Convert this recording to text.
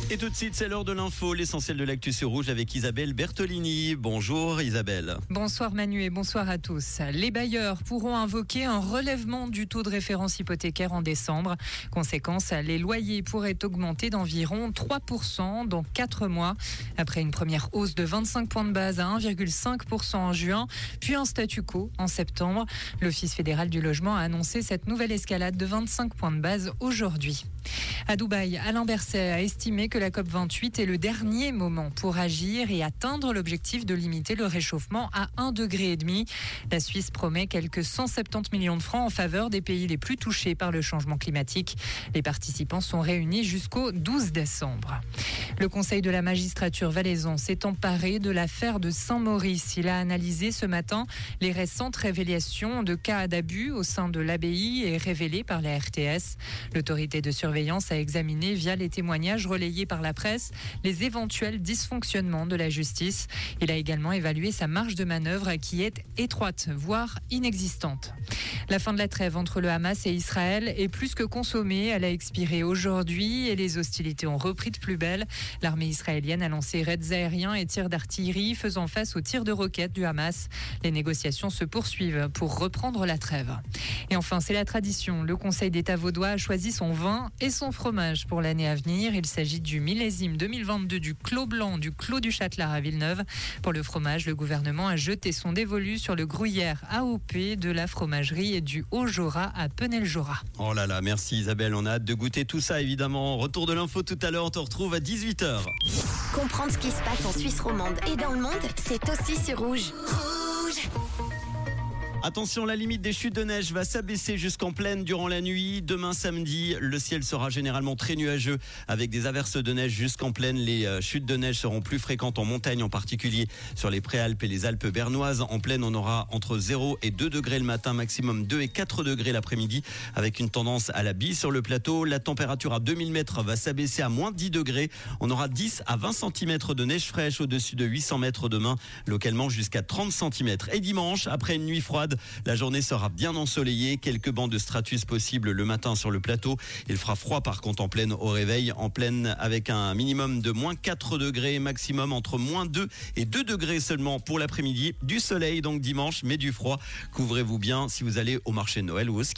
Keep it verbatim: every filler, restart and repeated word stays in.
Et tout de suite, c'est l'heure de l'info, l'essentiel de l'actu sur Rouge avec Isabelle Bertolini. Bonjour Isabelle. Bonsoir Manu et bonsoir à tous. Les bailleurs pourront invoquer un relèvement du taux de référence hypothécaire en décembre. Conséquence, les loyers pourraient augmenter d'environ trois pour cent dans quatre mois. Après une première hausse de vingt-cinq points de base à un virgule cinq pour cent en juin, puis un statu quo en septembre. L'Office fédéral du logement a annoncé cette nouvelle escalade de vingt-cinq points de base aujourd'hui. À Dubaï, Alain Berset a estimé que la COP vingt-huit est le dernier moment pour agir et atteindre l'objectif de limiter le réchauffement à un virgule cinq degré. La Suisse promet quelques cent soixante-dix millions de francs en faveur des pays les plus touchés par le changement climatique. Les participants sont réunis jusqu'au douze décembre. Le Conseil de la magistrature valaisan s'est emparé de l'affaire de Saint-Maurice. Il a analysé ce matin les récentes révélations de cas d'abus au sein de l'abbaye et révélés par la R T S. L'autorité de surveillance a examiné via les témoignages relayés par la presse les éventuels dysfonctionnements de la justice. Il a également évalué sa marge de manœuvre qui est étroite, voire inexistante. La fin de la trêve entre le Hamas et Israël est plus que consommée. Elle a expiré aujourd'hui et les hostilités ont repris de plus belle. L'armée israélienne a lancé raids aériens et tirs d'artillerie faisant face aux tirs de roquettes du Hamas. Les négociations se poursuivent pour reprendre la trêve. Et enfin, c'est la tradition. Le Conseil d'État vaudois a choisi son vin et son fromage pour l'année à venir. Il s'agit du millésime deux mille vingt-deux du Clos Blanc du Clos du Châtelard à Villeneuve. Pour le fromage, le gouvernement a jeté son dévolu sur le gruyère A O P de la fromagerie et du Haut-Jura à Penel-Jura. Oh là là, merci Isabelle, on a hâte de goûter tout ça évidemment. Retour de l'info tout à l'heure, on te retrouve à dix-huit heures. Comprendre ce qui se passe en Suisse romande et dans le monde, c'est aussi sur Rouge. Rouge. Attention, la limite des chutes de neige va s'abaisser jusqu'en plaine durant la nuit. Demain samedi, le ciel sera généralement très nuageux avec des averses de neige jusqu'en plaine. Les chutes de neige seront plus fréquentes en montagne, en particulier sur les Préalpes et les Alpes bernoises. En plaine, on aura entre zéro et deux degrés le matin, maximum deux et quatre degrés l'après-midi, avec une tendance à la bise sur le plateau. La température à deux mille mètres va s'abaisser à moins dix degrés. On aura dix à vingt centimètres de neige fraîche au-dessus de huit cents mètres demain, localement jusqu'à trente centimètres. Et dimanche, après une nuit froide, la journée sera bien ensoleillée, quelques bancs de stratus possibles le matin sur le plateau. Il fera froid par contre en plaine au réveil, en plaine avec un minimum de moins quatre degrés, maximum entre moins deux et deux degrés seulement pour l'après-midi. Du soleil donc dimanche, mais du froid. Couvrez-vous bien si vous allez au marché de Noël ou au ski.